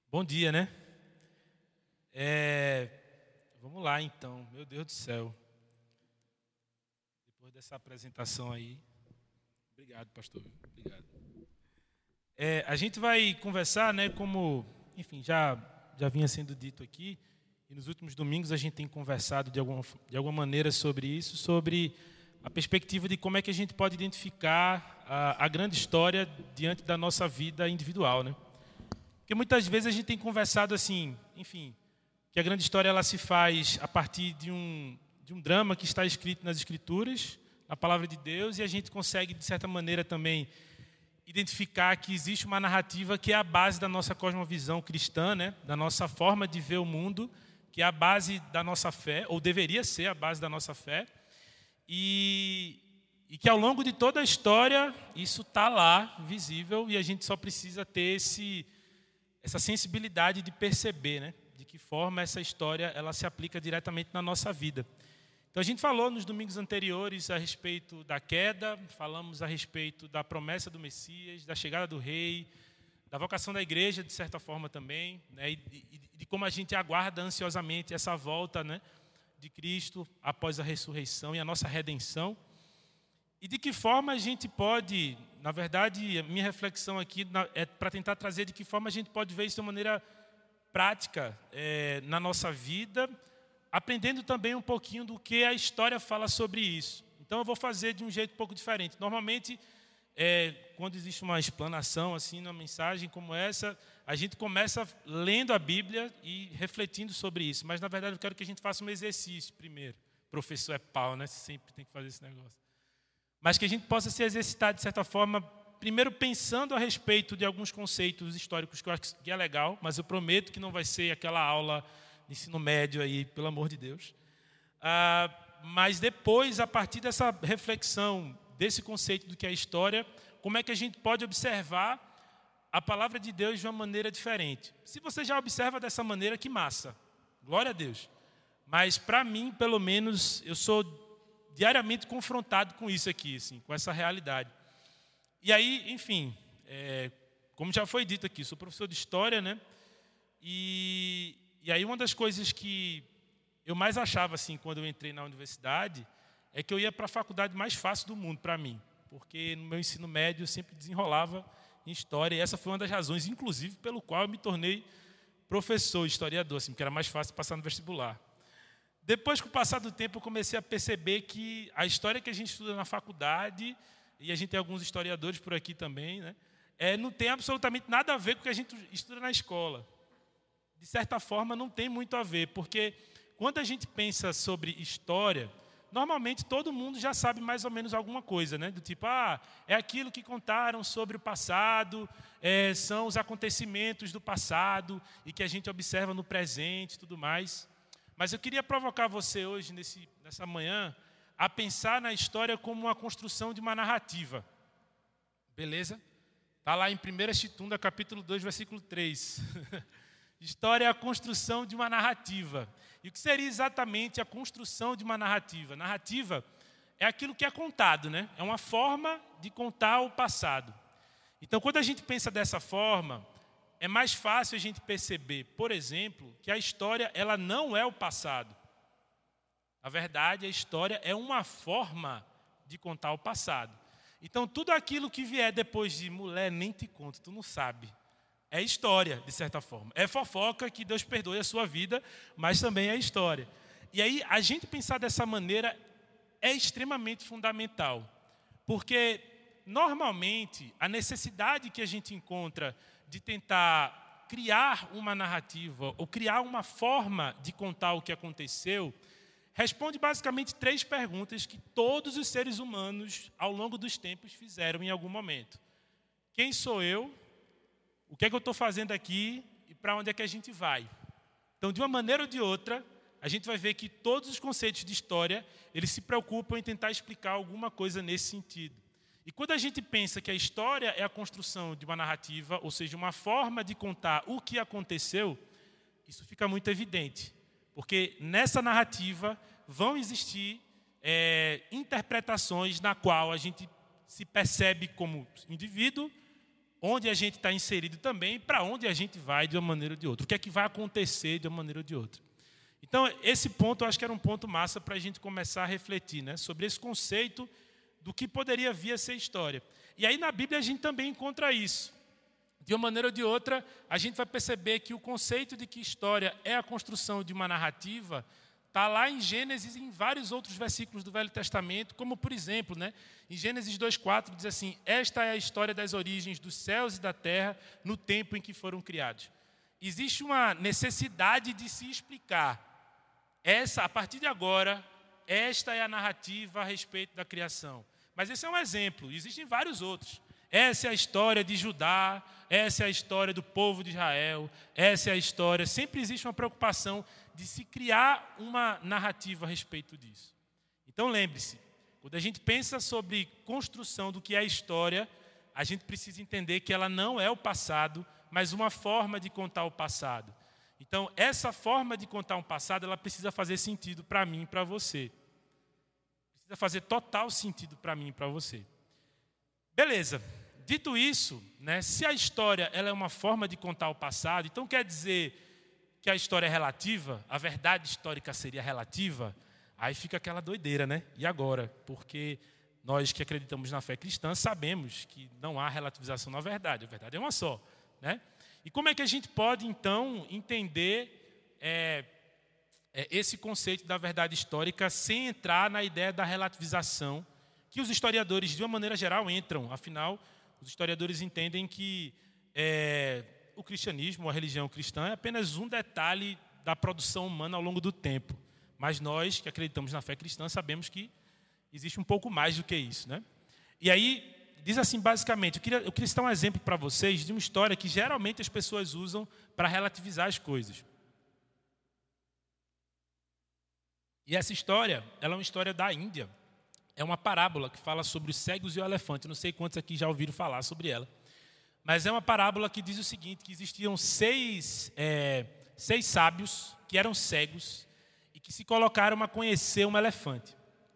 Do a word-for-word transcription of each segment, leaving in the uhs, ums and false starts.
Bom dia, né? É, vamos lá, então. Meu Deus do céu. Depois dessa apresentação aí. Obrigado, pastor. Obrigado. É, a gente vai conversar, né? Como, enfim, já já vinha sendo dito aqui. E nos últimos domingos a gente tem conversado de alguma de alguma maneira sobre isso, sobre a perspectiva de como é que a gente pode identificar a, a grande história diante da nossa vida individual, né? Porque muitas vezes a gente tem conversado assim, enfim, que a grande história ela se faz a partir de um, de um drama que está escrito nas Escrituras, na Palavra de Deus, e a gente consegue, de certa maneira, também identificar que existe uma narrativa que é a base da nossa cosmovisão cristã, né? Da nossa forma de ver o mundo, que é a base da nossa fé, ou deveria ser a base da nossa fé, e, e que ao longo de toda a história isso está lá, visível, e a gente só precisa ter esse... essa sensibilidade de perceber, né, de que forma essa história ela se aplica diretamente na nossa vida. Então a gente falou nos domingos anteriores a respeito da queda, falamos a respeito da promessa do Messias, da chegada do Rei, da vocação da igreja de certa forma também, né, e de, de como a gente aguarda ansiosamente essa volta, né, de Cristo após a ressurreição e a nossa redenção. E de que forma a gente pode, na verdade, a minha reflexão aqui é para tentar trazer de que forma a gente pode ver isso de uma maneira prática é, na nossa vida, aprendendo também um pouquinho do que a história fala sobre isso. Então eu vou fazer de um jeito um pouco diferente. Normalmente, é, quando existe uma explanação assim, numa mensagem como essa, a gente começa lendo a Bíblia e refletindo sobre isso. Mas, na verdade, eu quero que a gente faça um exercício primeiro. O professor é pau, né? Você sempre tem que fazer esse negócio. Mas que a gente possa se exercitar, de certa forma, primeiro pensando a respeito de alguns conceitos históricos que eu acho que é legal, mas eu prometo que não vai ser aquela aula de ensino médio aí, pelo amor de Deus. Ah, mas depois, a partir dessa reflexão, desse conceito do que é história, como é que a gente pode observar a palavra de Deus de uma maneira diferente. Se você já observa dessa maneira, que massa. Glória a Deus. Mas, para mim, pelo menos, eu sou diariamente confrontado com isso aqui, assim, com essa realidade. E aí, enfim, é, como já foi dito aqui, sou professor de História, né? E, e aí uma das coisas que eu mais achava, assim, quando eu entrei na universidade, é que eu ia para a faculdade mais fácil do mundo para mim, porque no meu ensino médio eu sempre desenrolava em História, e essa foi uma das razões, inclusive, pelo qual eu me tornei professor, historiador, assim, porque era mais fácil passar no vestibular. Depois, com o passar do tempo, eu comecei a perceber que a história que a gente estuda na faculdade, e a gente tem alguns historiadores por aqui também, né, é, não tem absolutamente nada a ver com o que a gente estuda na escola. De certa forma, não tem muito a ver, porque quando a gente pensa sobre história, normalmente todo mundo já sabe mais ou menos alguma coisa, né, do tipo, ah, é aquilo que contaram sobre o passado, é, são os acontecimentos do passado, e que a gente observa no presente e tudo mais. Mas eu queria provocar você hoje, nesse, nessa manhã, a pensar na história como uma construção de uma narrativa. Beleza? Está lá em primeira Chitunda, capítulo dois, versículo três. História é a construção de uma narrativa. E o que seria exatamente a construção de uma narrativa? Narrativa é aquilo que é contado, né? É uma forma de contar o passado. Então, quando a gente pensa dessa forma, é mais fácil a gente perceber, por exemplo, que a história ela não é o passado. Na verdade, a história é uma forma de contar o passado. Então, tudo aquilo que vier depois de mulher, nem te conto, tu não sabe. É história, de certa forma. É fofoca, que Deus perdoe a sua vida, mas também é história. E aí, a gente pensar dessa maneira é extremamente fundamental. Porque, normalmente, a necessidade que a gente encontra de tentar criar uma narrativa ou criar uma forma de contar o que aconteceu, responde basicamente três perguntas que todos os seres humanos, ao longo dos tempos, fizeram em algum momento. Quem sou eu? O que é que eu estou fazendo aqui? E para onde é que a gente vai? Então, de uma maneira ou de outra, a gente vai ver que todos os conceitos de história, eles se preocupam em tentar explicar alguma coisa nesse sentido. E quando a gente pensa que a história é a construção de uma narrativa, ou seja, uma forma de contar o que aconteceu, isso fica muito evidente. Porque nessa narrativa vão existir é, interpretações na qual a gente se percebe como indivíduo onde a gente está inserido também e para onde a gente vai de uma maneira ou de outra. O que é que vai acontecer de uma maneira ou de outra. Então, esse ponto eu acho que era um ponto massa para a gente começar a refletir, né, sobre esse conceito do que poderia vir a ser história. E aí na Bíblia a gente também encontra isso. De uma maneira ou de outra, a gente vai perceber que o conceito de que história é a construção de uma narrativa está lá em Gênesis e em vários outros versículos do Velho Testamento, como, por exemplo, né, em Gênesis dois, quatro, diz assim: esta é a história das origens dos céus e da terra no tempo em que foram criados. Existe uma necessidade de se explicar. Essa, a partir de agora, esta é a narrativa a respeito da criação. Mas esse é um exemplo, existem vários outros. Essa é a história de Judá, essa é a história do povo de Israel, essa é a história. Sempre existe uma preocupação de se criar uma narrativa a respeito disso. Então lembre-se, quando a gente pensa sobre construção do que é a história, a gente precisa entender que ela não é o passado, mas uma forma de contar o passado. Então, essa forma de contar um passado, ela precisa fazer sentido para mim e para você. Precisa fazer total sentido para mim e para você. Beleza. Dito isso, né, se a história ela é uma forma de contar o passado, então quer dizer que a história é relativa, a verdade histórica seria relativa, aí fica aquela doideira, né? E agora? Porque nós que acreditamos na fé cristã sabemos que não há relativização na verdade, a verdade é uma só, né? E como é que a gente pode, então, entender é, é, esse conceito da verdade histórica sem entrar na ideia da relativização, que os historiadores, de uma maneira geral, entram. Afinal, os historiadores entendem que é, o cristianismo, a religião cristã, é apenas um detalhe da produção humana ao longo do tempo. Mas nós, que acreditamos na fé cristã, sabemos que existe um pouco mais do que isso, né? E aí, diz assim, basicamente, eu queria, eu queria citar um exemplo para vocês de uma história que geralmente as pessoas usam para relativizar as coisas. E essa história, ela é uma história da Índia. É uma parábola que fala sobre os cegos e o elefante. Eu não sei quantos aqui já ouviram falar sobre ela. Mas é uma parábola que diz o seguinte, que existiam seis, é, seis sábios que eram cegos e que se colocaram a conhecer um elefante.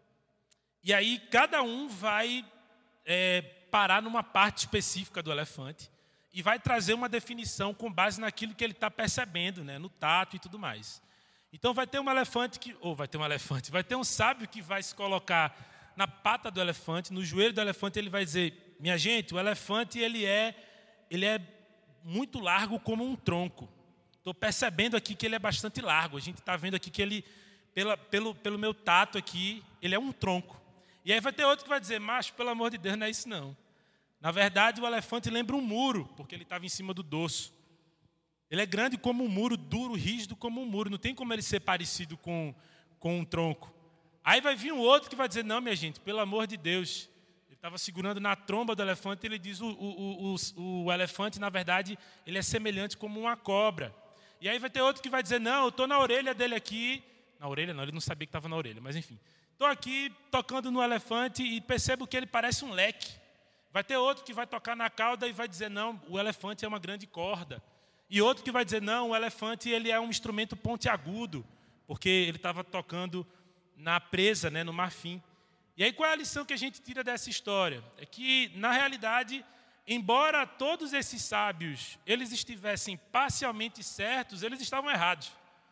E aí cada um vai é, parar numa parte específica do elefante e vai trazer uma definição com base naquilo que ele está percebendo, né, no tato e tudo mais. Então vai ter um elefante que, ou vai ter um elefante, vai ter um sábio que vai se colocar na pata do elefante, no joelho do elefante, ele vai dizer: minha gente, o elefante ele é, ele é muito largo como um tronco. Estou percebendo aqui que ele é bastante largo. A gente está vendo aqui que ele, pela, pelo, pelo meu tato aqui, ele é um tronco. E aí vai ter outro que vai dizer: macho, pelo amor de Deus, não é isso não. Na verdade, o elefante lembra um muro, porque ele estava em cima do dorso. Ele é grande como um muro, duro, rígido como um muro. Não tem como ele ser parecido com, com um tronco. Aí vai vir um outro que vai dizer: não, minha gente, pelo amor de Deus. Ele estava segurando na tromba do elefante e ele diz: o, o, o, o elefante, na verdade, ele é semelhante como uma cobra. E aí vai ter outro que vai dizer: não, eu estou na orelha dele aqui. Na orelha não, ele não sabia que estava na orelha, mas enfim. Estou aqui tocando no elefante e percebo que ele parece um leque. Vai ter outro que vai tocar na cauda e vai dizer: não, o elefante é uma grande corda. E outro que vai dizer: não, o elefante ele é um instrumento pontiagudo, porque ele estava tocando na presa, né, no marfim. E aí qual é a lição que a gente tira dessa história? É que, na realidade, embora todos esses sábios eles estivessem parcialmente certos, eles estavam errados.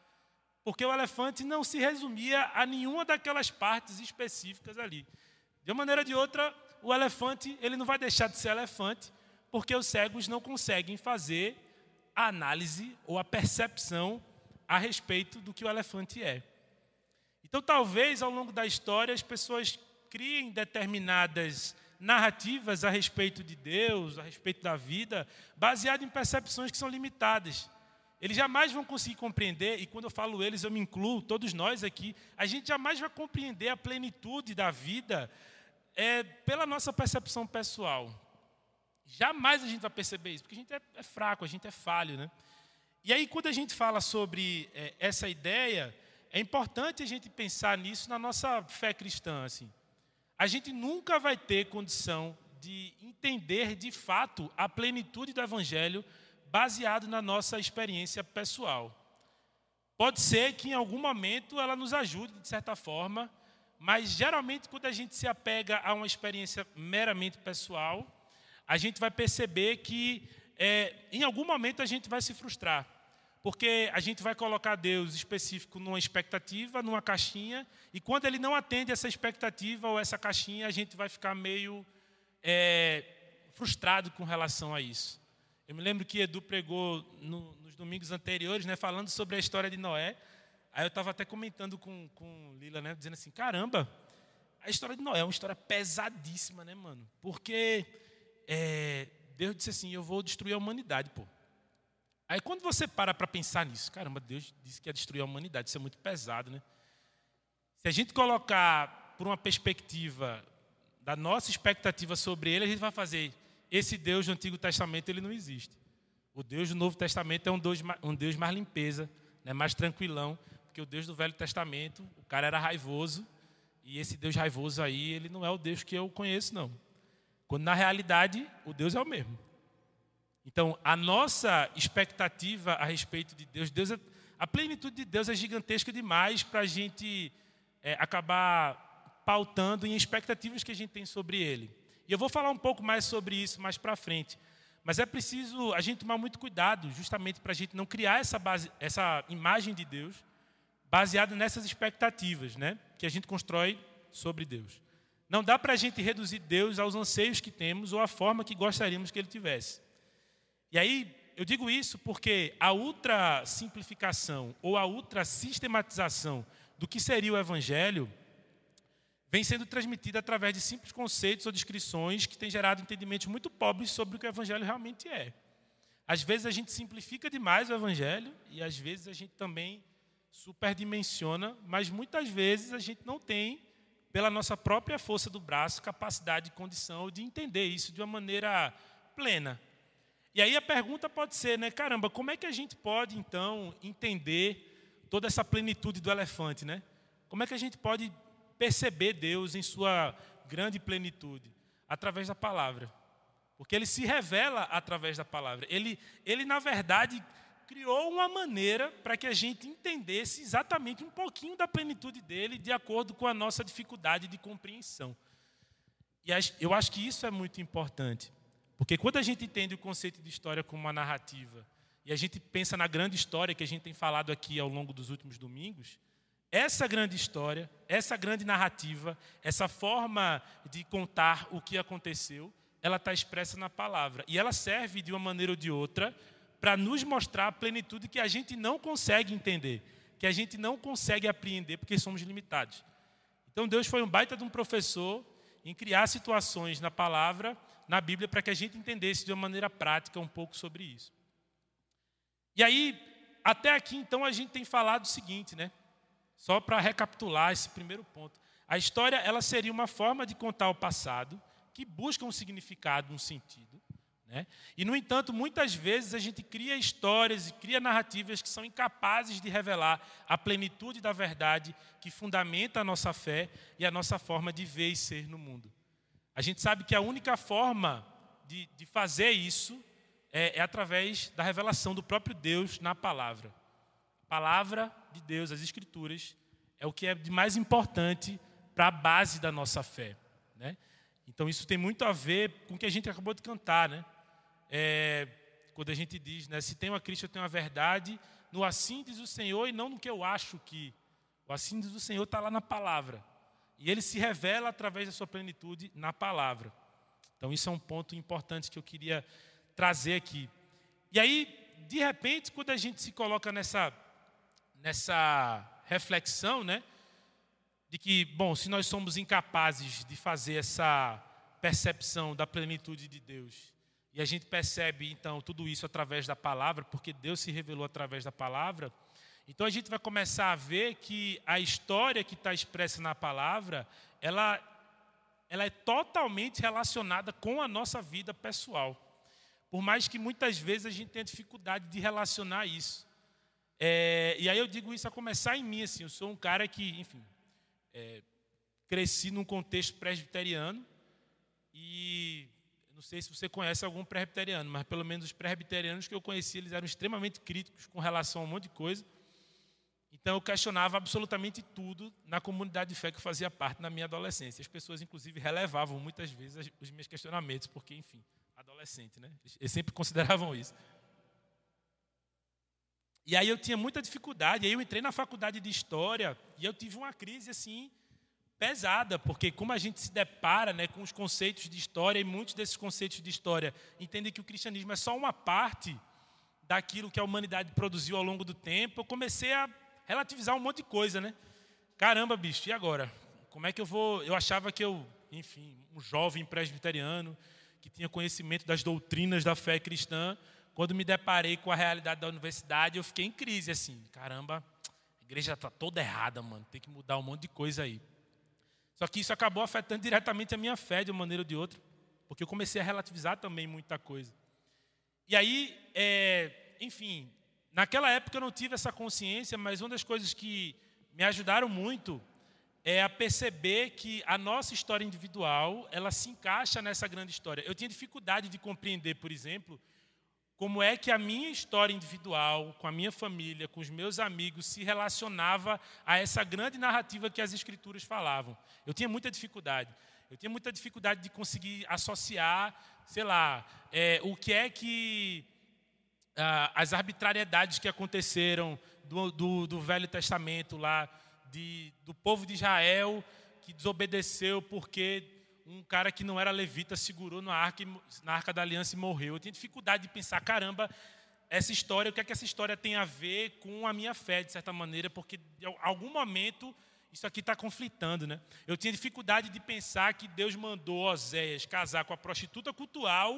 Porque o elefante não se resumia a nenhuma daquelas partes específicas ali. De uma maneira ou de outra, o elefante ele não vai deixar de ser elefante, porque os cegos não conseguem fazer a análise ou a percepção a respeito do que o elefante é. Então, talvez, ao longo da história, as pessoas criem determinadas narrativas a respeito de Deus, a respeito da vida, baseadas em percepções que são limitadas. Eles jamais vão conseguir compreender, e quando eu falo eles, eu me incluo, todos nós aqui, a gente jamais vai compreender a plenitude da vida é, pela nossa percepção pessoal. Jamais a gente vai perceber isso, porque a gente é, é fraco, a gente é falho, né? E aí, quando a gente fala sobre é, essa ideia, é importante a gente pensar nisso na nossa fé cristã. Assim. A gente nunca vai ter condição de entender, de fato, a plenitude do Evangelho baseado na nossa experiência pessoal. Pode ser que, em algum momento, ela nos ajude, de certa forma, mas, geralmente, quando a gente se apega a uma experiência meramente pessoal, a gente vai perceber que é, em algum momento a gente vai se frustrar. Porque a gente vai colocar Deus específico numa expectativa, numa caixinha, e quando ele não atende essa expectativa ou essa caixinha, a gente vai ficar meio é, frustrado com relação a isso. Eu me lembro que Edu pregou no, nos domingos anteriores, né, falando sobre a história de Noé. Aí eu estava até comentando com, com Lila, né, dizendo assim, caramba, a história de Noé é uma história pesadíssima, né, mano? Porque é, Deus disse assim, eu vou destruir a humanidade, pô. Aí quando você para para pensar nisso, caramba, Deus disse que ia destruir a humanidade, isso é muito pesado, né? Se a gente colocar por uma perspectiva da nossa expectativa sobre ele, a gente vai fazer, esse Deus do Antigo Testamento, ele não existe. O Deus do Novo Testamento é um Deus, um Deus mais limpeza, né, mais tranquilão, porque o Deus do Velho Testamento, o cara era raivoso, e esse Deus raivoso aí, ele não é o Deus que eu conheço, não. Quando na realidade, o Deus é o mesmo. Então, a nossa expectativa a respeito de Deus, Deus é, a plenitude de Deus é gigantesca demais para a gente é, acabar pautando em expectativas que a gente tem sobre Ele. E eu vou falar um pouco mais sobre isso mais para frente. Mas é preciso a gente tomar muito cuidado, justamente para a gente não criar essa, base, essa imagem de Deus baseada nessas expectativas, né, que a gente constrói sobre Deus. Não dá para a gente reduzir Deus aos anseios que temos ou à forma que gostaríamos que Ele tivesse. E aí, eu digo isso porque a ultra simplificação ou a ultra sistematização do que seria o Evangelho vem sendo transmitida através de simples conceitos ou descrições que têm gerado entendimentos muito pobres sobre o que o Evangelho realmente é. Às vezes a gente simplifica demais o Evangelho e às vezes a gente também superdimensiona, mas muitas vezes a gente não tem, pela nossa própria força do braço, capacidade e condição de entender isso de uma maneira plena. E aí a pergunta pode ser, né, caramba, como é que a gente pode, então, entender toda essa plenitude do elefante, né? Como é que a gente pode perceber Deus em sua grande plenitude? Através da palavra. Porque Ele se revela através da palavra. Ele, ele na verdade, criou uma maneira para que a gente entendesse exatamente um pouquinho da plenitude dEle de acordo com a nossa dificuldade de compreensão. E eu acho que isso é muito importante. Porque quando a gente entende o conceito de história como uma narrativa e a gente pensa na grande história que a gente tem falado aqui ao longo dos últimos domingos, essa grande história, essa grande narrativa, essa forma de contar o que aconteceu, ela está expressa na palavra. E ela serve de uma maneira ou de outra para nos mostrar a plenitude que a gente não consegue entender, que a gente não consegue apreender porque somos limitados. Então Deus foi um baita de um professor em criar situações na palavra, na Bíblia, para que a gente entendesse de uma maneira prática um pouco sobre isso. E aí, até aqui, então, a gente tem falado o seguinte, né? Só para recapitular esse primeiro ponto. A história, ela seria uma forma de contar o passado que busca um significado, um sentido, né? E, no entanto, muitas vezes a gente cria histórias e cria narrativas que são incapazes de revelar a plenitude da verdade que fundamenta a nossa fé e a nossa forma de ver e ser no mundo. A gente sabe que a única forma de, de fazer isso é, é através da revelação do próprio Deus na palavra. A palavra de Deus, as Escrituras, é o que é de mais importante para a base da nossa fé, né? Então, isso tem muito a ver com o que a gente acabou de cantar, né? É, quando a gente diz, né, se tenho a Cristo, eu tenho a verdade, no assim diz o Senhor e não no que eu acho que. O assim diz o Senhor está lá na palavra. E Ele se revela através da sua plenitude na palavra. Então, isso é um ponto importante que eu queria trazer aqui. E aí, de repente, quando a gente se coloca nessa, nessa reflexão, né, de que, bom, se nós somos incapazes de fazer essa percepção da plenitude de Deus, e a gente percebe, então, tudo isso através da palavra, porque Deus se revelou através da palavra, então a gente vai começar a ver que a história que está expressa na palavra, ela, ela é totalmente relacionada com a nossa vida pessoal. Por mais que muitas vezes a gente tenha dificuldade de relacionar isso. É, e aí eu digo isso a começar em mim, assim, eu sou um cara que, enfim, é, cresci num contexto presbiteriano e não sei se você conhece algum presbiteriano, mas pelo menos os presbiterianos que eu conheci, eles eram extremamente críticos com relação a um monte de coisa. Então eu questionava absolutamente tudo na comunidade de fé que eu fazia parte na minha adolescência. As pessoas, inclusive, relevavam muitas vezes os meus questionamentos, porque, enfim, adolescente, né? Eles sempre consideravam isso. E aí eu tinha muita dificuldade, aí eu entrei na faculdade de História e eu tive uma crise assim pesada, porque como a gente se depara, né, com os conceitos de História, e muitos desses conceitos de História entendem que o cristianismo é só uma parte daquilo que a humanidade produziu ao longo do tempo, eu comecei a relativizar um monte de coisa, né? Caramba, bicho, e agora? Como é que eu vou... Eu achava que eu, enfim, um jovem presbiteriano que tinha conhecimento das doutrinas da fé cristã, quando me deparei com a realidade da universidade, eu fiquei em crise, assim. Caramba, a igreja está toda errada, mano. Tem que mudar um monte de coisa aí. Só que isso acabou afetando diretamente a minha fé, de uma maneira ou de outra, porque eu comecei a relativizar também muita coisa. E aí, é, enfim, naquela época eu não tive essa consciência, mas uma das coisas que me ajudaram muito é a perceber que a nossa história individual, ela se encaixa nessa grande história. Eu tinha dificuldade de compreender, por exemplo, como é que a minha história individual, com a minha família, com os meus amigos, se relacionava a essa grande narrativa que as Escrituras falavam. Eu tinha muita dificuldade. Eu tinha muita dificuldade de conseguir associar, sei lá, é, o que é que ah, as arbitrariedades que aconteceram do, do, do Velho Testamento lá, de, do povo de Israel que desobedeceu porque um cara que não era levita segurou na arca, na arca da aliança e morreu. Eu tinha dificuldade de pensar, caramba, essa história, o que é que essa história tem a ver com a minha fé, de certa maneira, porque em algum momento isso aqui está conflitando, né? Eu tinha dificuldade de pensar que Deus mandou Oséias casar com a prostituta cultural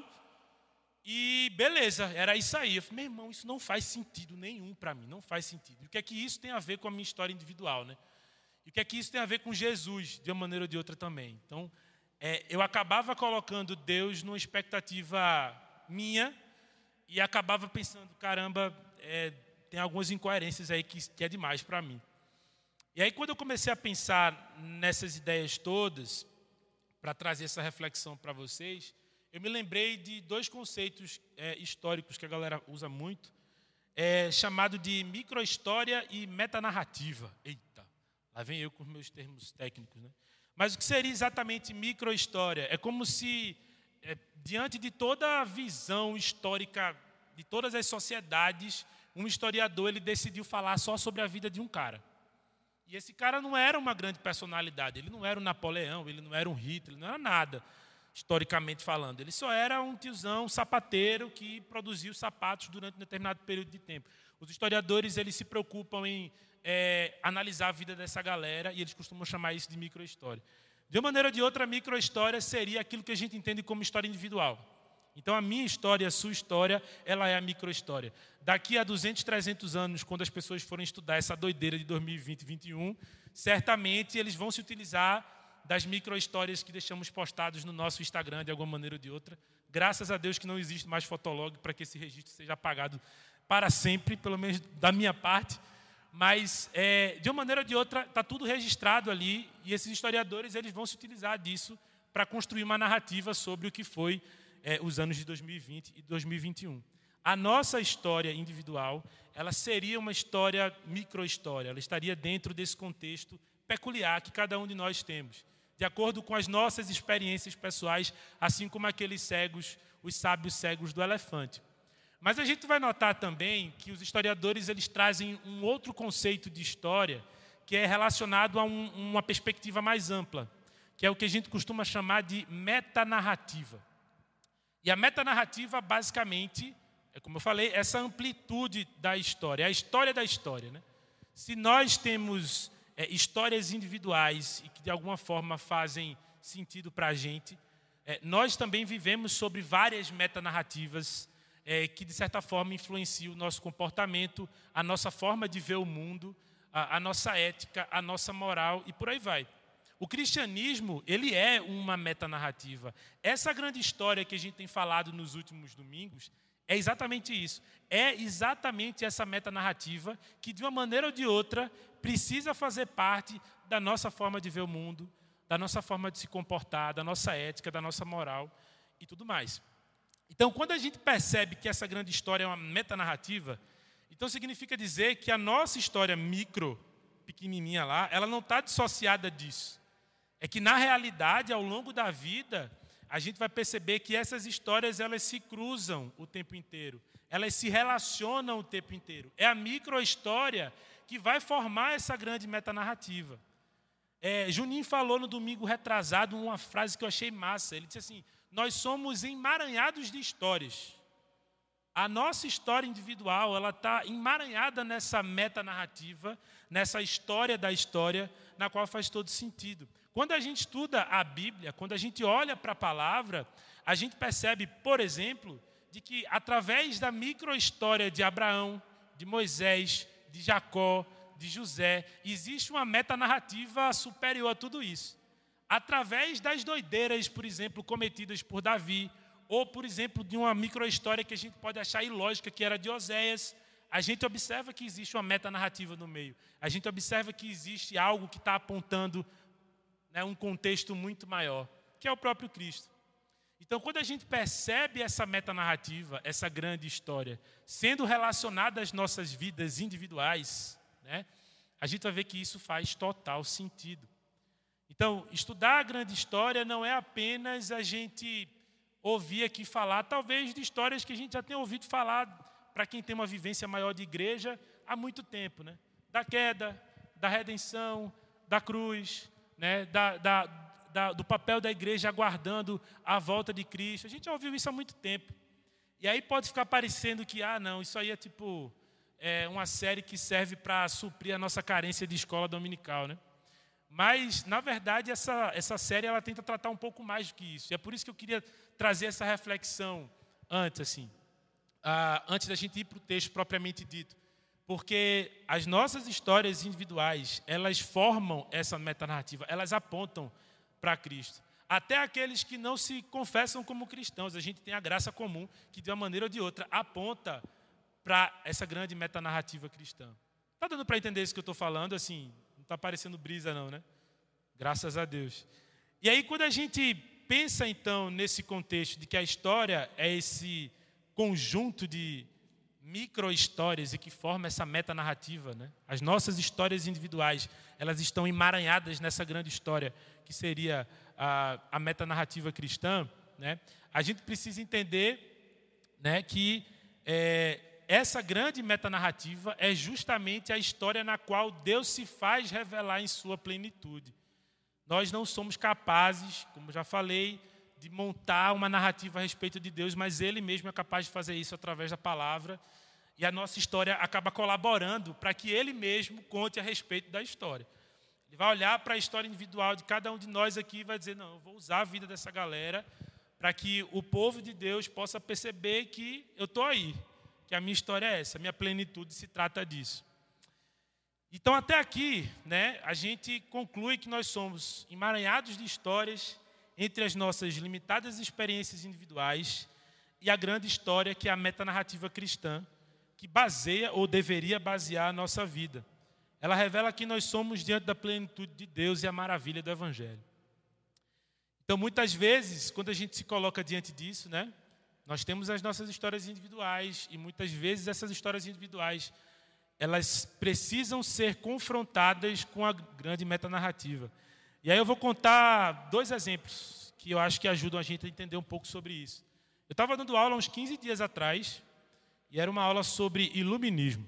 e beleza, era isso aí. Eu falei, meu irmão, isso não faz sentido nenhum para mim, não faz sentido. E o que é que isso tem a ver com a minha história individual, né? E o que é que isso tem a ver com Jesus, de uma maneira ou de outra também. Então, É, eu acabava colocando Deus numa expectativa minha e acabava pensando, caramba, é, tem algumas incoerências aí que, que é demais para mim. E aí, quando eu comecei a pensar nessas ideias todas, para trazer essa reflexão para vocês, eu me lembrei de dois conceitos é, históricos que a galera usa muito, é, chamado de microhistória e metanarrativa. Eita, lá vem eu com os meus termos técnicos, né? Mas o que seria exatamente microhistória? É como se, é, diante de toda a visão histórica de todas as sociedades, um historiador ele decidiu falar só sobre a vida de um cara. E esse cara não era uma grande personalidade, ele não era um Napoleão, ele não era um Hitler, não era nada, historicamente falando. Ele só era um tiozão, um sapateiro que produziu sapatos durante um determinado período de tempo. Os historiadores eles se preocupam em É, analisar a vida dessa galera e eles costumam chamar isso de microhistória. De uma maneira ou de outra, a microhistória seria aquilo que a gente entende como história individual. Então, a minha história, a sua história, ela é a microhistória. Daqui a duzentos, trezentos anos, quando as pessoas forem estudar essa doideira de dois mil e vinte, dois mil e vinte e um, certamente eles vão se utilizar das microhistórias que deixamos postados no nosso Instagram, de alguma maneira ou de outra. Graças a Deus que não existe mais Fotolog para que esse registro seja apagado para sempre, pelo menos da minha parte. Mas, é, de uma maneira ou de outra, está tudo registrado ali e esses historiadores eles vão se utilizar disso para construir uma narrativa sobre o que foi é, os anos de dois mil e vinte e dois mil e vinte e um. A nossa história individual, ela seria uma história microhistória, ela estaria dentro desse contexto peculiar que cada um de nós temos, de acordo com as nossas experiências pessoais, assim como aqueles cegos, os sábios cegos do elefante. Mas a gente vai notar também que os historiadores eles trazem um outro conceito de história que é relacionado a um, uma perspectiva mais ampla, que é o que a gente costuma chamar de metanarrativa. E a metanarrativa, basicamente, é como eu falei, essa amplitude da história, é a história da história, né? Se nós temos é, histórias individuais e que de alguma forma fazem sentido para a gente, é, nós também vivemos sobre várias metanarrativas É, que, de certa forma, influencia o nosso comportamento, a nossa forma de ver o mundo, a, a nossa ética, a nossa moral e por aí vai. O cristianismo, ele é uma metanarrativa. Essa grande história que a gente tem falado nos últimos domingos é exatamente isso. É exatamente essa metanarrativa que, de uma maneira ou de outra, precisa fazer parte da nossa forma de ver o mundo, da nossa forma de se comportar, da nossa ética, da nossa moral e tudo mais. Então, quando a gente percebe que essa grande história é uma metanarrativa, então significa dizer que a nossa história micro, pequenininha lá, ela não está dissociada disso. É que, na realidade, ao longo da vida, a gente vai perceber que essas histórias elas se cruzam o tempo inteiro. Elas se relacionam o tempo inteiro. É a micro-história que vai formar essa grande metanarrativa. É, Juninho falou no domingo retrasado uma frase que eu achei massa. Ele disse assim, nós somos emaranhados de histórias. A nossa história individual ela está emaranhada nessa metanarrativa, nessa história da história, na qual faz todo sentido. Quando a gente estuda a Bíblia, quando a gente olha para a palavra, a gente percebe, por exemplo, de que através da micro-história de Abraão, de Moisés, de Jacó, de José, existe uma metanarrativa superior a tudo isso. Através das doideiras, por exemplo, cometidas por Davi, ou, por exemplo, de uma micro-história que a gente pode achar ilógica, que era de Oséias, a gente observa que existe uma metanarrativa no meio. A gente observa que existe algo que está apontando, né, um contexto muito maior, que é o próprio Cristo. Então, quando a gente percebe essa metanarrativa, essa grande história, sendo relacionada às nossas vidas individuais, né, a gente vai ver que isso faz total sentido. Então, estudar a grande história não é apenas a gente ouvir aqui falar, talvez, de histórias que a gente já tenha ouvido falar, para quem tem uma vivência maior de igreja, há muito tempo, né? Da queda, da redenção, da cruz, né? da, da, da, do papel da igreja aguardando a volta de Cristo. A gente já ouviu isso há muito tempo. E aí pode ficar parecendo que, ah, não, isso aí é tipo é, uma série que serve para suprir a nossa carência de escola dominical, né? Mas, na verdade, essa, essa série ela tenta tratar um pouco mais do que isso. E é por isso que eu queria trazer essa reflexão antes, assim, uh, antes da gente ir para o texto propriamente dito. Porque as nossas histórias individuais, elas formam essa metanarrativa, elas apontam para Cristo. Até aqueles que não se confessam como cristãos, a gente tem a graça comum que, de uma maneira ou de outra, aponta para essa grande metanarrativa cristã. Está dando para entender isso que eu estou falando? Assim, não está parecendo brisa não, né? Graças a Deus. E aí, quando a gente pensa, então, nesse contexto de que a história é esse conjunto de micro-histórias e que forma essa metanarrativa, né? As nossas histórias individuais, elas estão emaranhadas nessa grande história que seria a, a metanarrativa cristã, né? A gente precisa entender, né, que é, essa grande metanarrativa é justamente a história na qual Deus se faz revelar em sua plenitude. Nós não somos capazes, como já falei, de montar uma narrativa a respeito de Deus, mas Ele mesmo é capaz de fazer isso através da palavra, e a nossa história acaba colaborando para que Ele mesmo conte a respeito da história. Ele vai olhar para a história individual de cada um de nós aqui e vai dizer, não, eu vou usar a vida dessa galera para que o povo de Deus possa perceber que eu estou aí, que a minha história é essa, a minha plenitude se trata disso. Então, até aqui, né, a gente conclui que nós somos emaranhados de histórias entre as nossas limitadas experiências individuais e a grande história que é a metanarrativa cristã, que baseia ou deveria basear a nossa vida. Ela revela que nós somos diante da plenitude de Deus e a maravilha do Evangelho. Então, muitas vezes, quando a gente se coloca diante disso, né, nós temos as nossas histórias individuais e muitas vezes essas histórias individuais elas precisam ser confrontadas com a grande metanarrativa. E aí eu vou contar dois exemplos que eu acho que ajudam a gente a entender um pouco sobre isso. Eu estava dando aula uns quinze dias atrás, e era uma aula sobre iluminismo.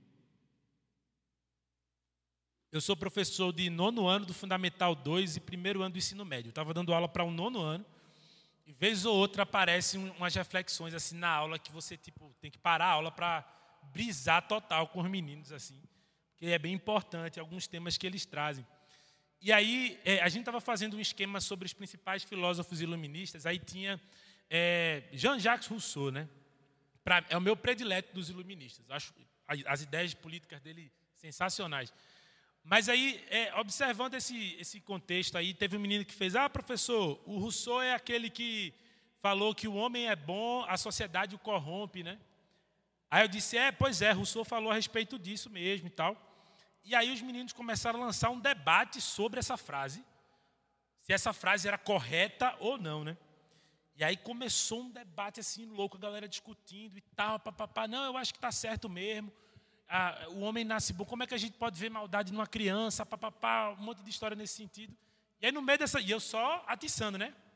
Eu sou professor de nono ano do Fundamental dois e primeiro ano do ensino médio. Eu estava dando aula para um nono ano, e vez ou outra aparecem umas reflexões assim na aula que você tipo, tem que parar a aula para brisar total com os meninos, assim, porque é bem importante alguns temas que eles trazem. E aí, é, a gente estava fazendo um esquema sobre os principais filósofos iluministas, aí tinha é, Jean-Jacques Rousseau, né? Pra, é o meu predileto dos iluministas, acho as ideias políticas dele sensacionais. Mas aí, é, observando esse, esse contexto aí, teve um menino que fez, ah, professor, o Rousseau é aquele que falou que o homem é bom, a sociedade o corrompe, né? Aí eu disse, é, pois é, Rousseau falou a respeito disso mesmo e tal. E aí os meninos começaram a lançar um debate sobre essa frase, se essa frase era correta ou não, né? E aí começou um debate assim louco, a galera discutindo e tal, papapá, não, eu acho que está certo mesmo, ah, o homem nasce bom, como é que a gente pode ver maldade numa criança, papapá, um monte de história nesse sentido. E aí no meio dessa, e eu só atiçando, né?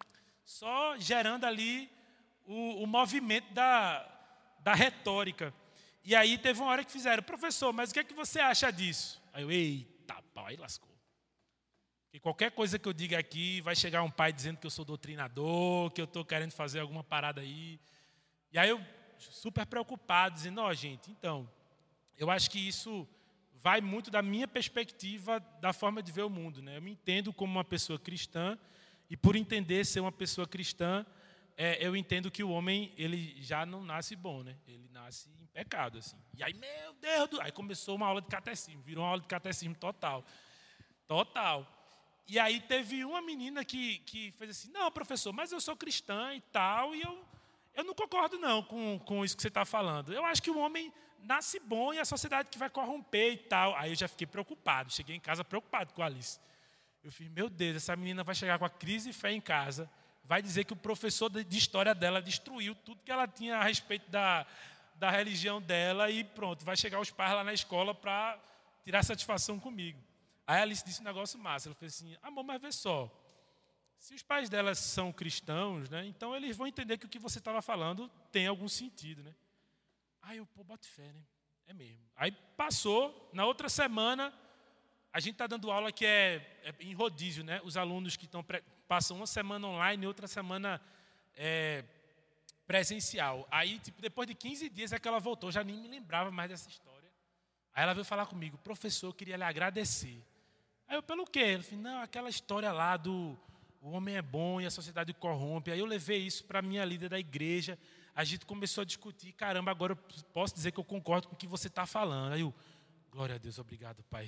só gerando ali o, o movimento da, da retórica. E aí teve uma hora que fizeram, professor, mas o que é que você acha disso? Aí eu, eita, pau, aí lascou. Porque qualquer coisa que eu diga aqui, vai chegar um pai dizendo que eu sou doutrinador, que eu estou querendo fazer alguma parada aí. E aí eu, super preocupado, dizendo, ó, oh, gente, então, eu acho que isso vai muito da minha perspectiva, da forma de ver o mundo, né? Eu me entendo como uma pessoa cristã, e por entender ser uma pessoa cristã, é, eu entendo que o homem, ele já não nasce bom, né? Ele nasce em pecado, assim. E aí, meu Deus do... Aí começou uma aula de catecismo, virou uma aula de catecismo total. Total. E aí teve uma menina que, que fez assim, não, professor, mas eu sou cristã e tal, e eu, eu não concordo não com, com isso que você está falando. Eu acho que o homem nasce bom e a sociedade que vai corromper e tal. Aí eu já fiquei preocupado, cheguei em casa preocupado com a Alice. Eu fiz, meu Deus, essa menina vai chegar com a crise de fé em casa, vai dizer que o professor de história dela destruiu tudo que ela tinha a respeito da, da religião dela e pronto, vai chegar os pais lá na escola para tirar satisfação comigo. Aí a Alice disse um negócio massa, ela fez assim, amor, mas vê só, se os pais dela são cristãos, né, então eles vão entender que o que você estava falando tem algum sentido, né? Aí eu, pô, boto fé, né? É mesmo. Aí passou, na outra semana, a gente está dando aula que é, é em rodízio, né? Os alunos que estão passam uma semana online e outra semana é, presencial. Aí, tipo, depois de quinze dias é que ela voltou, já nem me lembrava mais dessa história. Aí ela veio falar comigo, professor, eu queria lhe agradecer. Aí eu, pelo quê? Ele falou, não, aquela história lá do o homem é bom e a sociedade corrompe. Aí eu levei isso para a minha líder da igreja, a gente começou a discutir, caramba, agora eu posso dizer que eu concordo com o que você está falando. Aí eu, glória a Deus, obrigado, pai.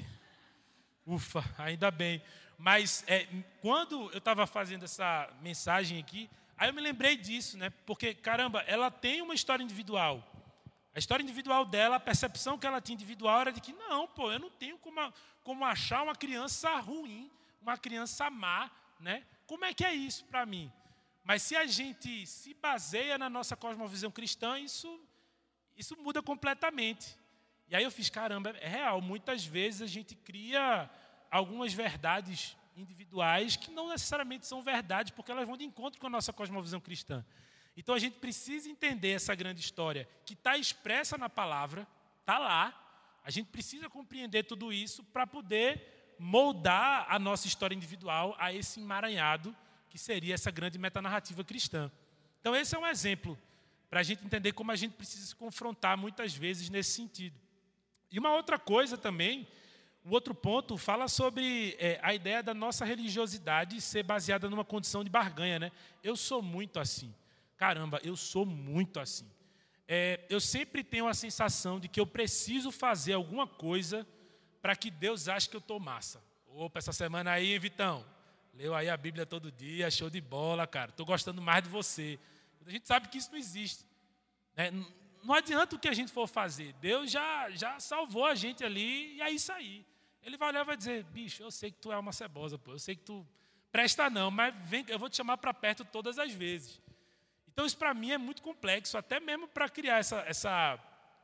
Ufa, ainda bem. Mas é, quando eu estava fazendo essa mensagem aqui, aí eu me lembrei disso, né? Porque, caramba, ela tem uma história individual. A história individual dela, a percepção que ela tinha individual era de que, não, pô, eu não tenho como, como achar uma criança ruim, uma criança má, né? Como é que é isso para mim? Mas se a gente se baseia na nossa cosmovisão cristã, isso, isso muda completamente. E aí eu fiz, caramba, é real, muitas vezes a gente cria algumas verdades individuais que não necessariamente são verdades, porque elas vão de encontro com a nossa cosmovisão cristã. Então a gente precisa entender essa grande história que está expressa na palavra, está lá. A gente precisa compreender tudo isso para poder moldar a nossa história individual a esse emaranhado que seria essa grande metanarrativa cristã. Então esse é um exemplo para a gente entender como a gente precisa se confrontar muitas vezes nesse sentido. E uma outra coisa também, um outro ponto, fala sobre é, a ideia da nossa religiosidade ser baseada numa condição de barganha, né? Eu sou muito assim. Caramba, eu sou muito assim. É, eu sempre tenho a sensação de que eu preciso fazer alguma coisa para que Deus ache que eu estou massa. Opa, essa semana aí, Vitão, leu aí a Bíblia todo dia, show de bola, cara. Estou gostando mais de você. A gente sabe que isso não existe, né? Não adianta o que a gente for fazer. Deus já, já salvou a gente ali e é isso aí. Ele vai olhar e vai dizer, bicho, eu sei que tu é uma cebosa, pô. Eu sei que tu presta não, mas vem, eu vou te chamar para perto todas as vezes. Então isso para mim é muito complexo, até mesmo para criar essa, essa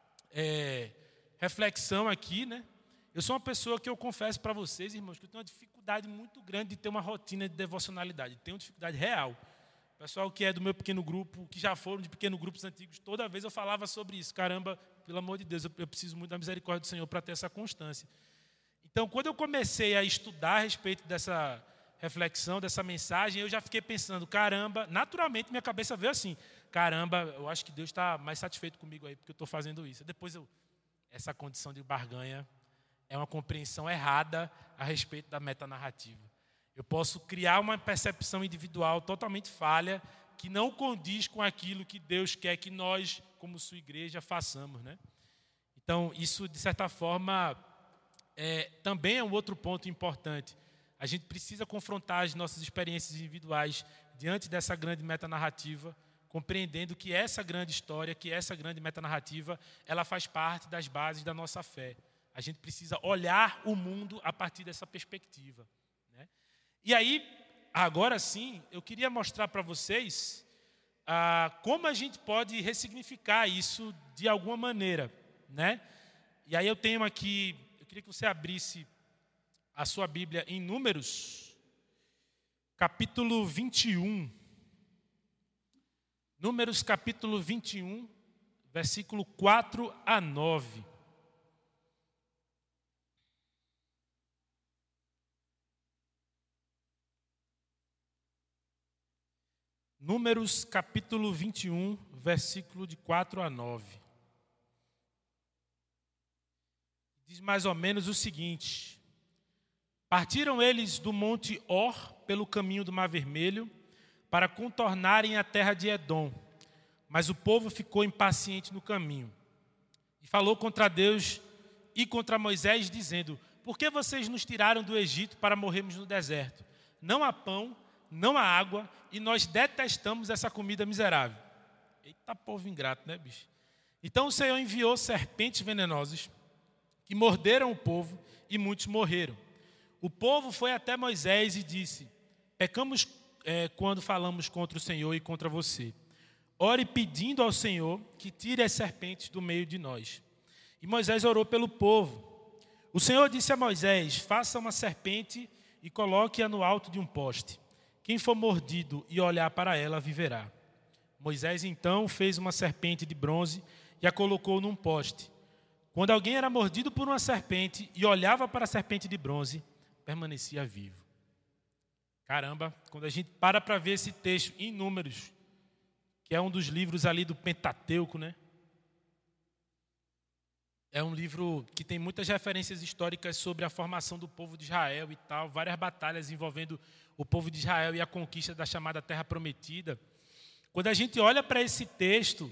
é, reflexão aqui, né? Eu sou uma pessoa que eu confesso para vocês, irmãos, que eu tenho uma dificuldade muito grande de ter uma rotina de devocionalidade. Tenho uma dificuldade real. O pessoal que é do meu pequeno grupo, que já foram de pequenos grupos antigos, toda vez eu falava sobre isso. Caramba, pelo amor de Deus, eu, eu preciso muito da misericórdia do Senhor para ter essa constância. Então, quando eu comecei a estudar a respeito dessa reflexão, dessa mensagem, eu já fiquei pensando, caramba, naturalmente minha cabeça veio assim, caramba, eu acho que Deus está mais satisfeito comigo aí, porque eu estou fazendo isso. Depois, eu, essa condição de barganha é uma compreensão errada a respeito da metanarrativa. Eu posso criar uma percepção individual totalmente falha, que não condiz com aquilo que Deus quer que nós, como sua igreja, façamos, né? Então, isso, de certa forma, é, também é um outro ponto importante. A gente precisa confrontar as nossas experiências individuais diante dessa grande metanarrativa, compreendendo que essa grande história, que essa grande metanarrativa, ela faz parte das bases da nossa fé. A gente precisa olhar o mundo a partir dessa perspectiva, né? E aí, agora sim, eu queria mostrar para vocês ah, como a gente pode ressignificar isso de alguma maneira, né? E aí eu tenho aqui, eu queria que você abrisse a sua Bíblia em Números, capítulo vinte e um. Números capítulo vinte e um, versículo quatro a nove. Números capítulo vinte e um, versículo de quatro a nove. Diz mais ou menos o seguinte: partiram eles do monte Or pelo caminho do Mar Vermelho para contornarem a terra de Edom. Mas o povo ficou impaciente no caminho e falou contra Deus e contra Moisés, dizendo: por que vocês nos tiraram do Egito para morrermos no deserto? Não há pão, não há água, e nós detestamos essa comida miserável. Eita, povo ingrato, né, bicho? Então o Senhor enviou serpentes venenosas que morderam o povo e muitos morreram. O povo foi até Moisés e disse: pecamos é, quando falamos contra o Senhor e contra você. Ore pedindo ao Senhor que tire as serpentes do meio de nós. E Moisés orou pelo povo. O Senhor disse a Moisés: faça uma serpente e coloque-a no alto de um poste. Quem for mordido e olhar para ela, viverá. Moisés então fez uma serpente de bronze e a colocou num poste. Quando alguém era mordido por uma serpente e olhava para a serpente de bronze, permanecia vivo. Caramba, quando a gente para para ver esse texto em Números, que é um dos livros ali do Pentateuco, né? É um livro que tem muitas referências históricas sobre a formação do povo de Israel e tal, várias batalhas envolvendo o povo de Israel e a conquista da chamada Terra Prometida. Quando a gente olha para esse texto,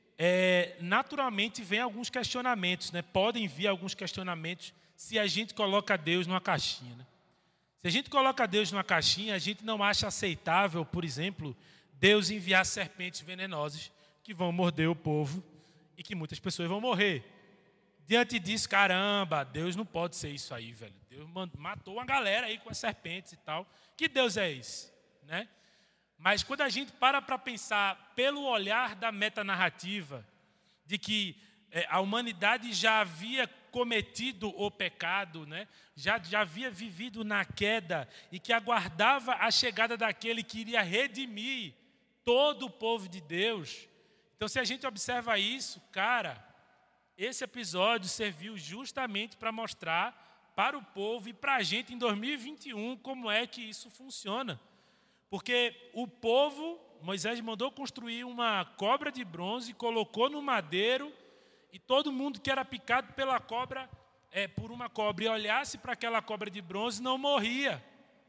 é, naturalmente vem alguns questionamentos, né? Podem vir alguns questionamentos se a gente coloca Deus numa caixinha, né? Se a gente coloca Deus numa caixinha, a gente não acha aceitável, por exemplo, Deus enviar serpentes venenosas que vão morder o povo e que muitas pessoas vão morrer. Diante disso, caramba, Deus não pode ser isso aí, velho. Deus matou uma galera aí com as serpentes e tal. Que Deus é esse, né? Mas quando a gente para para pensar pelo olhar da metanarrativa, de que é, a humanidade já havia cometido o pecado, né? já, já havia vivido na queda e que aguardava a chegada daquele que iria redimir todo o povo de Deus. Então, se a gente observa isso, cara, esse episódio serviu justamente para mostrar para o povo e para a gente em dois mil e vinte e um como é que isso funciona. Porque o povo, Moisés mandou construir uma cobra de bronze, colocou no madeiro, e todo mundo que era picado pela cobra, é, por uma cobra, e olhasse para aquela cobra de bronze, não morria.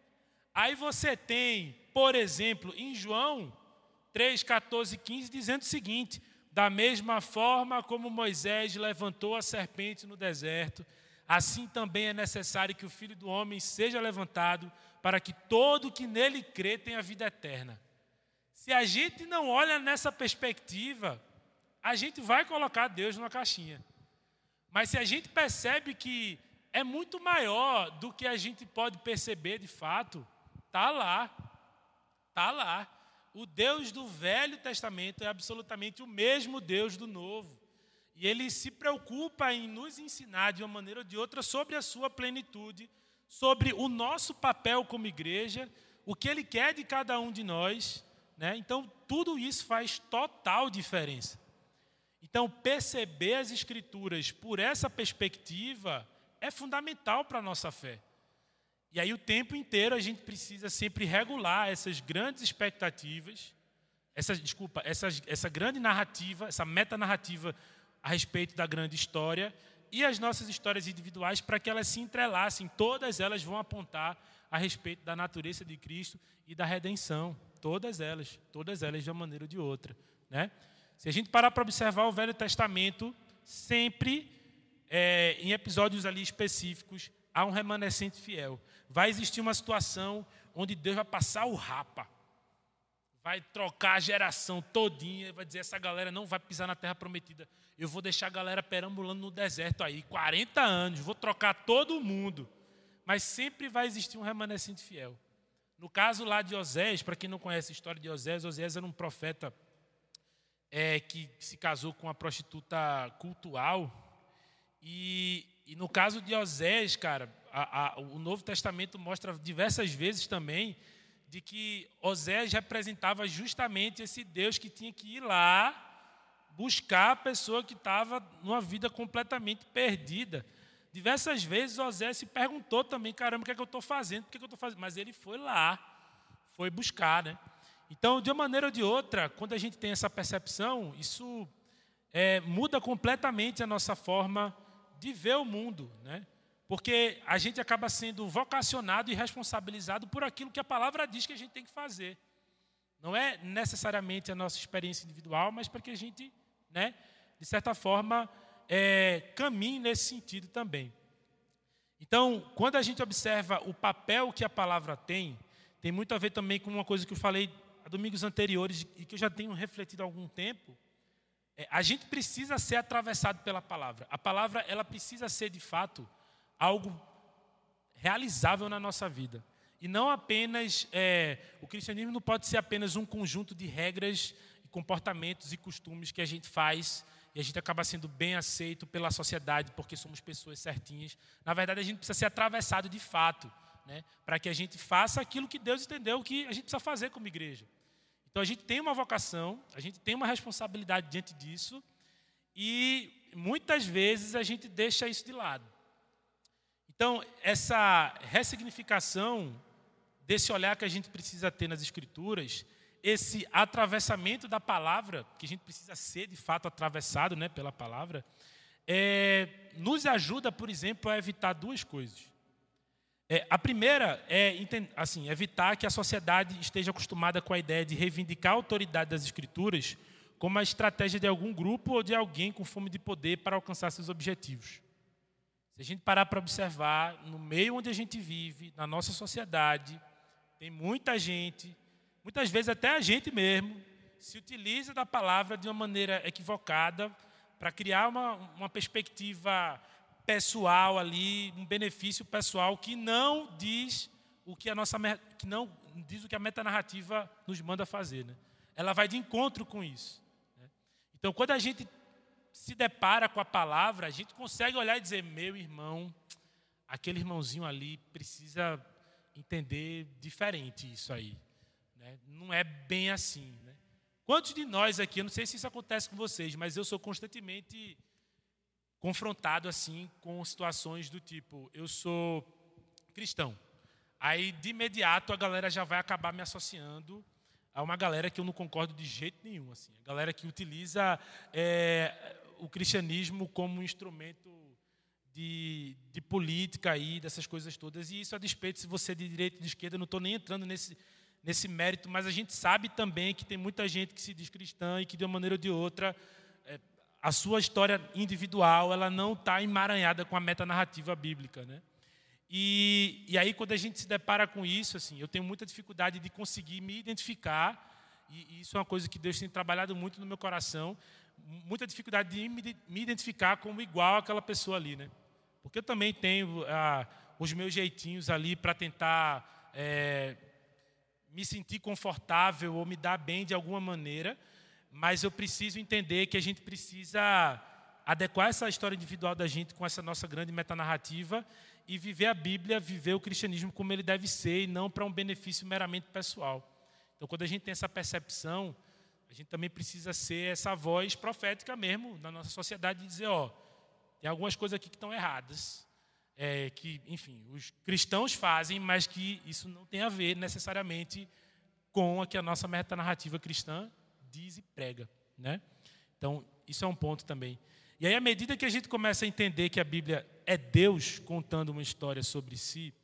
Aí você tem, por exemplo, em João três, catorze e quinze, dizendo o seguinte: da mesma forma como Moisés levantou a serpente no deserto, assim também é necessário que o Filho do Homem seja levantado, para que todo que nele crê tenha vida eterna. Se a gente não olha nessa perspectiva, a gente vai colocar Deus numa caixinha. Mas se a gente percebe que é muito maior do que a gente pode perceber de fato, está lá, está lá. O Deus do Velho Testamento é absolutamente o mesmo Deus do Novo. E Ele se preocupa em nos ensinar de uma maneira ou de outra sobre a sua plenitude, sobre o nosso papel como igreja, o que Ele quer de cada um de nós, né? Então, tudo isso faz total diferença. Então, perceber as Escrituras por essa perspectiva é fundamental para a nossa fé. E aí, o tempo inteiro, a gente precisa sempre regular essas grandes expectativas, essa, desculpa, essa, essa grande narrativa, essa metanarrativa a respeito da grande história e as nossas histórias individuais para que elas se entrelacem. Todas elas vão apontar a respeito da natureza de Cristo e da redenção. Todas elas, todas elas de uma maneira ou de outra, né? Se a gente parar para observar o Velho Testamento, sempre, é, em episódios ali específicos, há um remanescente fiel. Vai existir uma situação onde Deus vai passar o rapa, vai trocar a geração todinha, vai dizer: essa galera não vai pisar na Terra Prometida, eu vou deixar a galera perambulando no deserto aí, quarenta anos, vou trocar todo mundo. Mas sempre vai existir um remanescente fiel. No caso lá de Osés, para quem não conhece a história de Osés, Osés era um profeta é, que se casou com uma prostituta cultual. E, e no caso de Osés, cara, a, a, o Novo Testamento mostra diversas vezes também de que Osés representava justamente esse Deus que tinha que ir lá buscar a pessoa que estava numa vida completamente perdida. Diversas vezes Osés se perguntou também, caramba, o que é que eu estou fazendo? Por que, é que eu estou fazendo? Mas ele foi lá, foi buscar, né? Então, de uma maneira ou de outra, quando a gente tem essa percepção, isso é, muda completamente a nossa forma de ver o mundo, né? Porque a gente acaba sendo vocacionado e responsabilizado por aquilo que a palavra diz que a gente tem que fazer. Não é necessariamente a nossa experiência individual, mas para que a gente, né, de certa forma, é, caminhe nesse sentido também. Então, quando a gente observa o papel que a palavra tem, tem muito a ver também com uma coisa que eu falei há domingos anteriores e que eu já tenho refletido há algum tempo. É, a gente precisa ser atravessado pela palavra. A palavra, ela precisa ser, de fato, algo realizável na nossa vida. E não apenas, é, o cristianismo não pode ser apenas um conjunto de regras, comportamentos e costumes que a gente faz e a gente acaba sendo bem aceito pela sociedade porque somos pessoas certinhas. Na verdade, a gente precisa ser atravessado de fato, né, para que a gente faça aquilo que Deus entendeu que a gente precisa fazer como igreja. Então, a gente tem uma vocação, a gente tem uma responsabilidade diante disso e muitas vezes a gente deixa isso de lado. Então, essa ressignificação desse olhar que a gente precisa ter nas Escrituras, esse atravessamento da palavra, que a gente precisa ser, de fato, atravessado, né, pela palavra, é, nos ajuda, por exemplo, a evitar duas coisas. É, a primeira é assim, evitar que a sociedade esteja acostumada com a ideia de reivindicar a autoridade das Escrituras como a estratégia de algum grupo ou de alguém com fome de poder para alcançar seus objetivos. Se a gente parar para observar, no meio onde a gente vive, na nossa sociedade, tem muita gente, muitas vezes até a gente mesmo, se utiliza da palavra de uma maneira equivocada para criar uma, uma perspectiva pessoal ali, um benefício pessoal que não diz o que a nossa que não diz o que a metanarrativa nos manda fazer, né? Ela vai de encontro com isso, né? Então, quando a gente se depara com a palavra, a gente consegue olhar e dizer, meu irmão, aquele irmãozinho ali precisa entender diferente isso aí, né? Não é bem assim, né? Quantos de nós aqui, eu não sei se isso acontece com vocês, mas eu sou constantemente confrontado assim com situações do tipo, eu sou cristão, aí de imediato a galera já vai acabar me associando a uma galera que eu não concordo de jeito nenhum, assim, a galera que utiliza é, o cristianismo como um instrumento de, de política aí, dessas coisas todas, e isso a despeito se você é de direita ou de esquerda, eu não estou nem entrando nesse, nesse mérito, mas a gente sabe também que tem muita gente que se diz cristã e que de uma maneira ou de outra é, a sua história individual ela não está emaranhada com a metanarrativa bíblica, né? E, e aí, quando a gente se depara com isso, assim, eu tenho muita dificuldade de conseguir me identificar, e, e isso é uma coisa que Deus tem trabalhado muito no meu coração, muita dificuldade de me, me identificar como igual àquela pessoa ali, né? Porque eu também tenho ah, os meus jeitinhos ali para tentar é, me sentir confortável ou me dar bem de alguma maneira, mas eu preciso entender que a gente precisa adequar essa história individual da gente com essa nossa grande metanarrativa e viver a Bíblia, viver o cristianismo como ele deve ser e não para um benefício meramente pessoal. Então, quando a gente tem essa percepção, a gente também precisa ser essa voz profética mesmo na nossa sociedade e dizer, ó, tem algumas coisas aqui que estão erradas, é, que, enfim, os cristãos fazem, mas que isso não tem a ver necessariamente com a que a nossa metanarrativa cristã diz e prega, né? Então, isso é um ponto também. E aí, à medida que a gente começa a entender que a Bíblia é Deus contando uma história sobre si,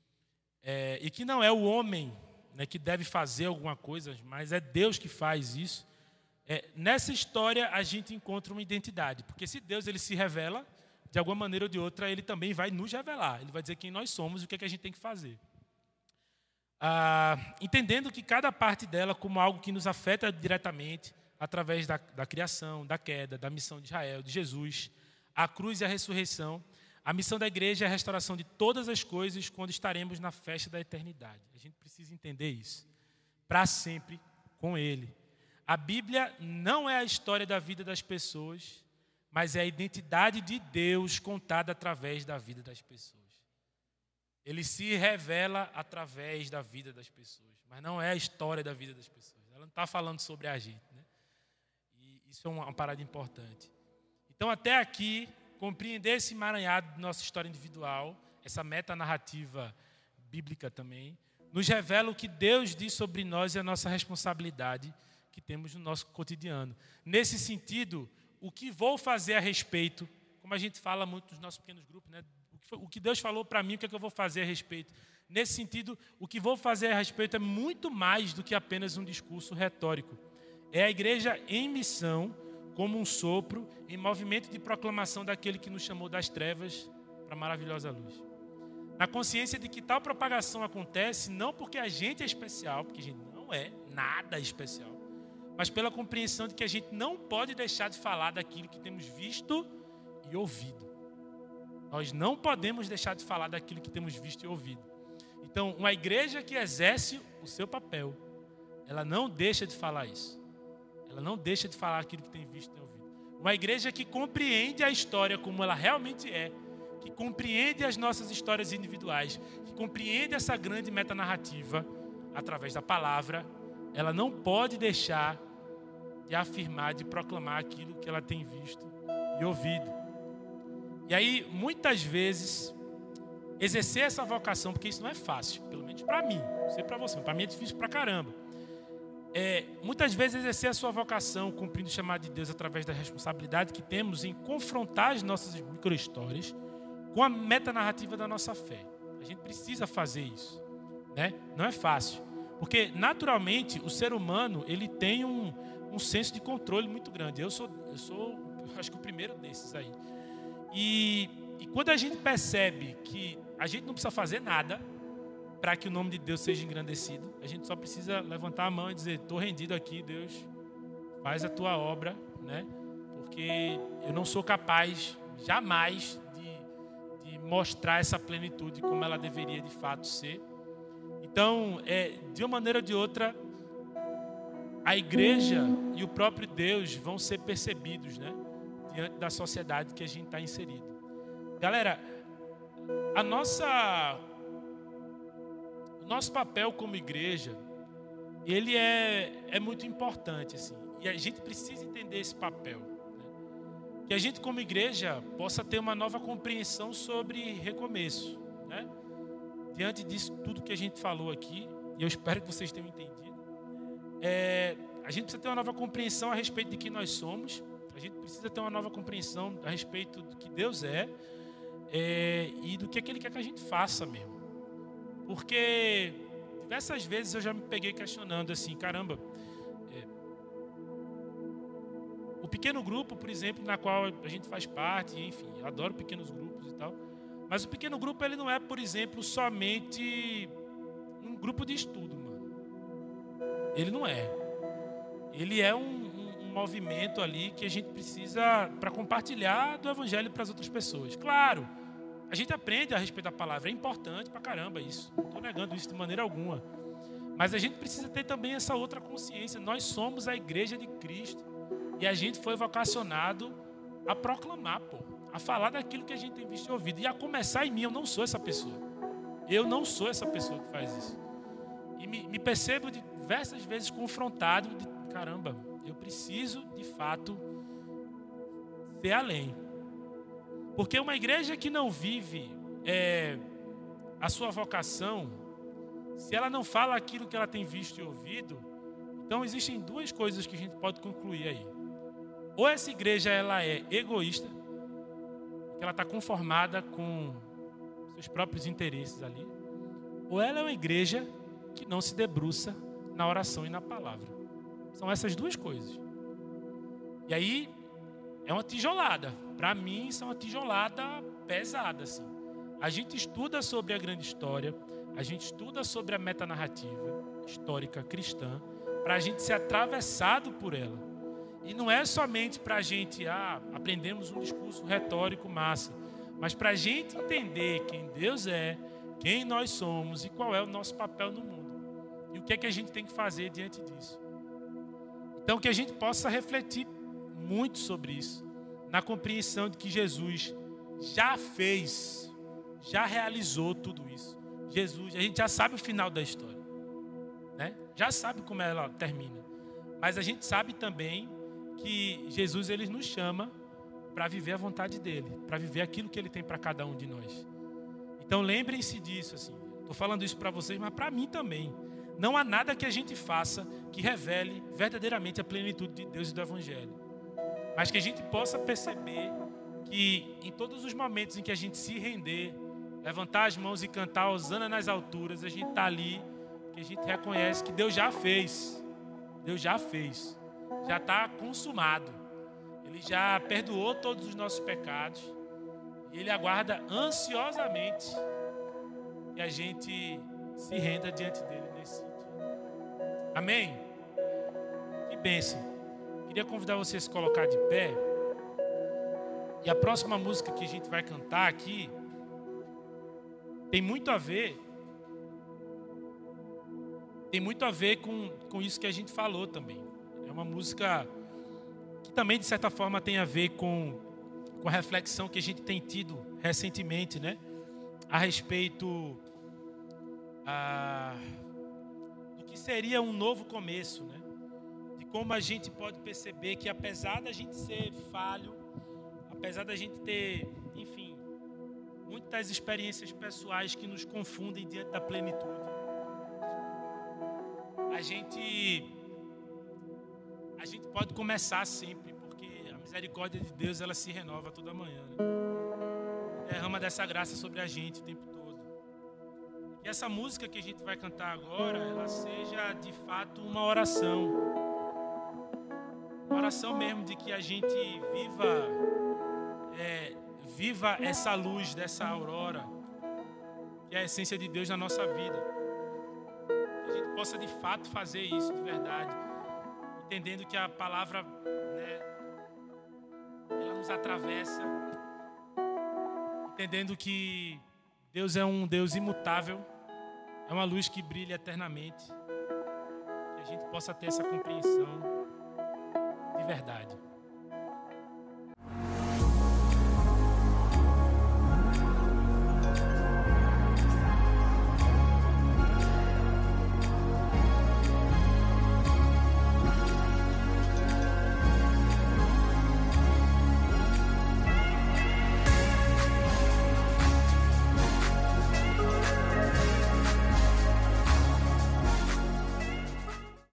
é, e que não é o homem, né, que deve fazer alguma coisa, mas é Deus que faz isso, é, nessa história a gente encontra uma identidade. Porque se Deus ele se revela, de alguma maneira ou de outra, ele também vai nos revelar. Ele vai dizer quem nós somos e o que, é que a gente tem que fazer. Ah, entendendo que cada parte dela como algo que nos afeta diretamente através da, da criação, da queda, da missão de Israel, de Jesus, a cruz e a ressurreição. A missão da igreja é a restauração de todas as coisas quando estaremos na festa da eternidade. A gente precisa entender isso. Para sempre com Ele. A Bíblia não é a história da vida das pessoas, mas é a identidade de Deus contada através da vida das pessoas. ele se revela através da vida das pessoas, mas não é a história da vida das pessoas. Ela não está falando sobre a gente, né? E isso é uma, uma parada importante. Então, até aqui, compreender esse emaranhado de nossa história individual, essa metanarrativa bíblica também, nos revela o que Deus diz sobre nós e a nossa responsabilidade que temos no nosso cotidiano. Nesse sentido, o que vou fazer a respeito, como a gente fala muito nos nossos pequenos grupos, né? O que Deus falou para mim, o que é que eu vou fazer a respeito? Nesse sentido, o que vou fazer a respeito é muito mais do que apenas um discurso retórico. É a igreja em missão, como um sopro, em movimento de proclamação daquele que nos chamou das trevas para a maravilhosa luz. Na consciência de que tal propagação acontece não porque a gente é especial, porque a gente não é nada especial, mas pela compreensão de que a gente não pode deixar de falar daquilo que temos visto e ouvido. Nós não podemos deixar de falar daquilo que temos visto e ouvido. Então, uma igreja que exerce o seu papel, ela não deixa de falar isso. Ela não deixa de falar aquilo que tem visto e ouvido. Uma igreja que compreende a história como ela realmente é, que compreende as nossas histórias individuais, que compreende essa grande metanarrativa através da palavra, ela não pode deixar de afirmar, de proclamar aquilo que ela tem visto e ouvido. E aí, muitas vezes, exercer essa vocação, porque isso não é fácil, pelo menos para mim, não sei para você, mas para mim é difícil pra caramba. É, muitas vezes exercer a sua vocação, cumprindo o chamado de Deus através da responsabilidade que temos em confrontar as nossas micro-histórias com a metanarrativa da nossa fé. A gente precisa fazer isso, né? Não é fácil, porque naturalmente o ser humano ele tem um, um senso de controle muito grande. Eu sou, eu sou, acho que o primeiro desses aí. E, e quando a gente percebe que a gente não precisa fazer nada para que o nome de Deus seja engrandecido, a gente só precisa levantar a mão e dizer: estou rendido aqui, Deus, faz a tua obra, né? Porque eu não sou capaz jamais de, de mostrar essa plenitude como ela deveria de fato ser. Então, é, de uma maneira ou de outra, a igreja e o próprio Deus vão ser percebidos, né, diante da sociedade que a gente está inserido. Galera, a nossa, o nosso papel como igreja, ele é, é muito importante, assim, e a gente precisa entender esse papel, né? Que a gente como igreja possa ter uma nova compreensão sobre recomeço, né? Diante disso tudo que a gente falou aqui, e eu espero que vocês tenham entendido, é, a gente precisa ter uma nova compreensão a respeito de quem nós somos. A gente precisa ter uma nova compreensão a respeito do que Deus é, é e do que, é que Ele quer que a gente faça mesmo. Porque diversas vezes eu já me peguei questionando assim, caramba, é, o pequeno grupo, por exemplo, na qual a gente faz parte, enfim, eu adoro pequenos grupos e tal, mas o pequeno grupo ele não é, por exemplo, somente um grupo de estudo, mano. Ele não é. Ele é um movimento ali que a gente precisa para compartilhar do evangelho para as outras pessoas. Claro, a gente aprende a respeito da palavra, é importante pra caramba isso, não estou negando isso de maneira alguma, mas a gente precisa ter também essa outra consciência. Nós somos a igreja de Cristo e a gente foi vocacionado a proclamar, pô, a falar daquilo que a gente tem visto e ouvido, e a começar em mim. Eu não sou essa pessoa, eu não sou essa pessoa que faz isso, e me, me percebo diversas vezes confrontado de, caramba, eu preciso, de fato, ser além. Porque uma igreja que não vive é, a sua vocação, se ela não fala aquilo que ela tem visto e ouvido, então existem duas coisas que a gente pode concluir aí. Ou essa igreja ela é egoísta, que ela está conformada com seus próprios interesses ali, ou ela é uma igreja que não se debruça na oração e na palavra. São essas duas coisas. E aí, é uma tijolada. Para mim, isso é uma tijolada pesada, assim. A gente estuda sobre a grande história, a gente estuda sobre a metanarrativa histórica cristã, para a gente ser atravessado por ela. E não é somente para a gente, ah, aprendemos um discurso retórico massa, mas para a gente entender quem Deus é, quem nós somos e qual é o nosso papel no mundo. E o que é que a gente tem que fazer diante disso. Então, que a gente possa refletir muito sobre isso, na compreensão de que Jesus já fez, já realizou tudo isso. Jesus, a gente já sabe o final da história, né? Já sabe como ela termina. Mas a gente sabe também que Jesus ele nos chama para viver a vontade dele, para viver aquilo que ele tem para cada um de nós. Então lembrem-se disso, assim. Estou falando isso para vocês, mas para mim também. Não há nada que a gente faça que revele verdadeiramente a plenitude de Deus e do Evangelho. Mas que a gente possa perceber que em todos os momentos em que a gente se render, levantar as mãos e cantar Hosana nas alturas, a gente está ali, que a gente reconhece que Deus já fez. Deus já fez. Já está consumado. Ele já perdoou todos os nossos pecados. E Ele aguarda ansiosamente que a gente se renda diante dele nesse sentido. Amém? Que bênção. Queria convidar você a se colocar de pé. E a próxima música que a gente vai cantar aqui tem muito a ver tem muito a ver com, com isso que a gente falou também. É uma música que também, de certa forma, tem a ver com, com a reflexão que a gente tem tido recentemente, né? A respeito a, do que seria um novo começo, né? De como a gente pode perceber que, apesar da gente ser falho, apesar da gente ter, enfim, muitas experiências pessoais que nos confundem diante da plenitude, a gente, a gente pode começar sempre, porque a misericórdia de Deus ela se renova toda manhã, né? Derrama dessa graça sobre a gente o tempo todo. E essa música que a gente vai cantar agora, ela seja de fato uma oração. Uma oração mesmo de que a gente viva, é, viva essa luz dessa aurora, que é a essência de Deus na nossa vida. Que a gente possa de fato fazer isso de verdade, entendendo que a palavra, né, ela nos atravessa, entendendo que Deus é um Deus imutável, é uma luz que brilha eternamente, que a gente possa ter essa compreensão de verdade.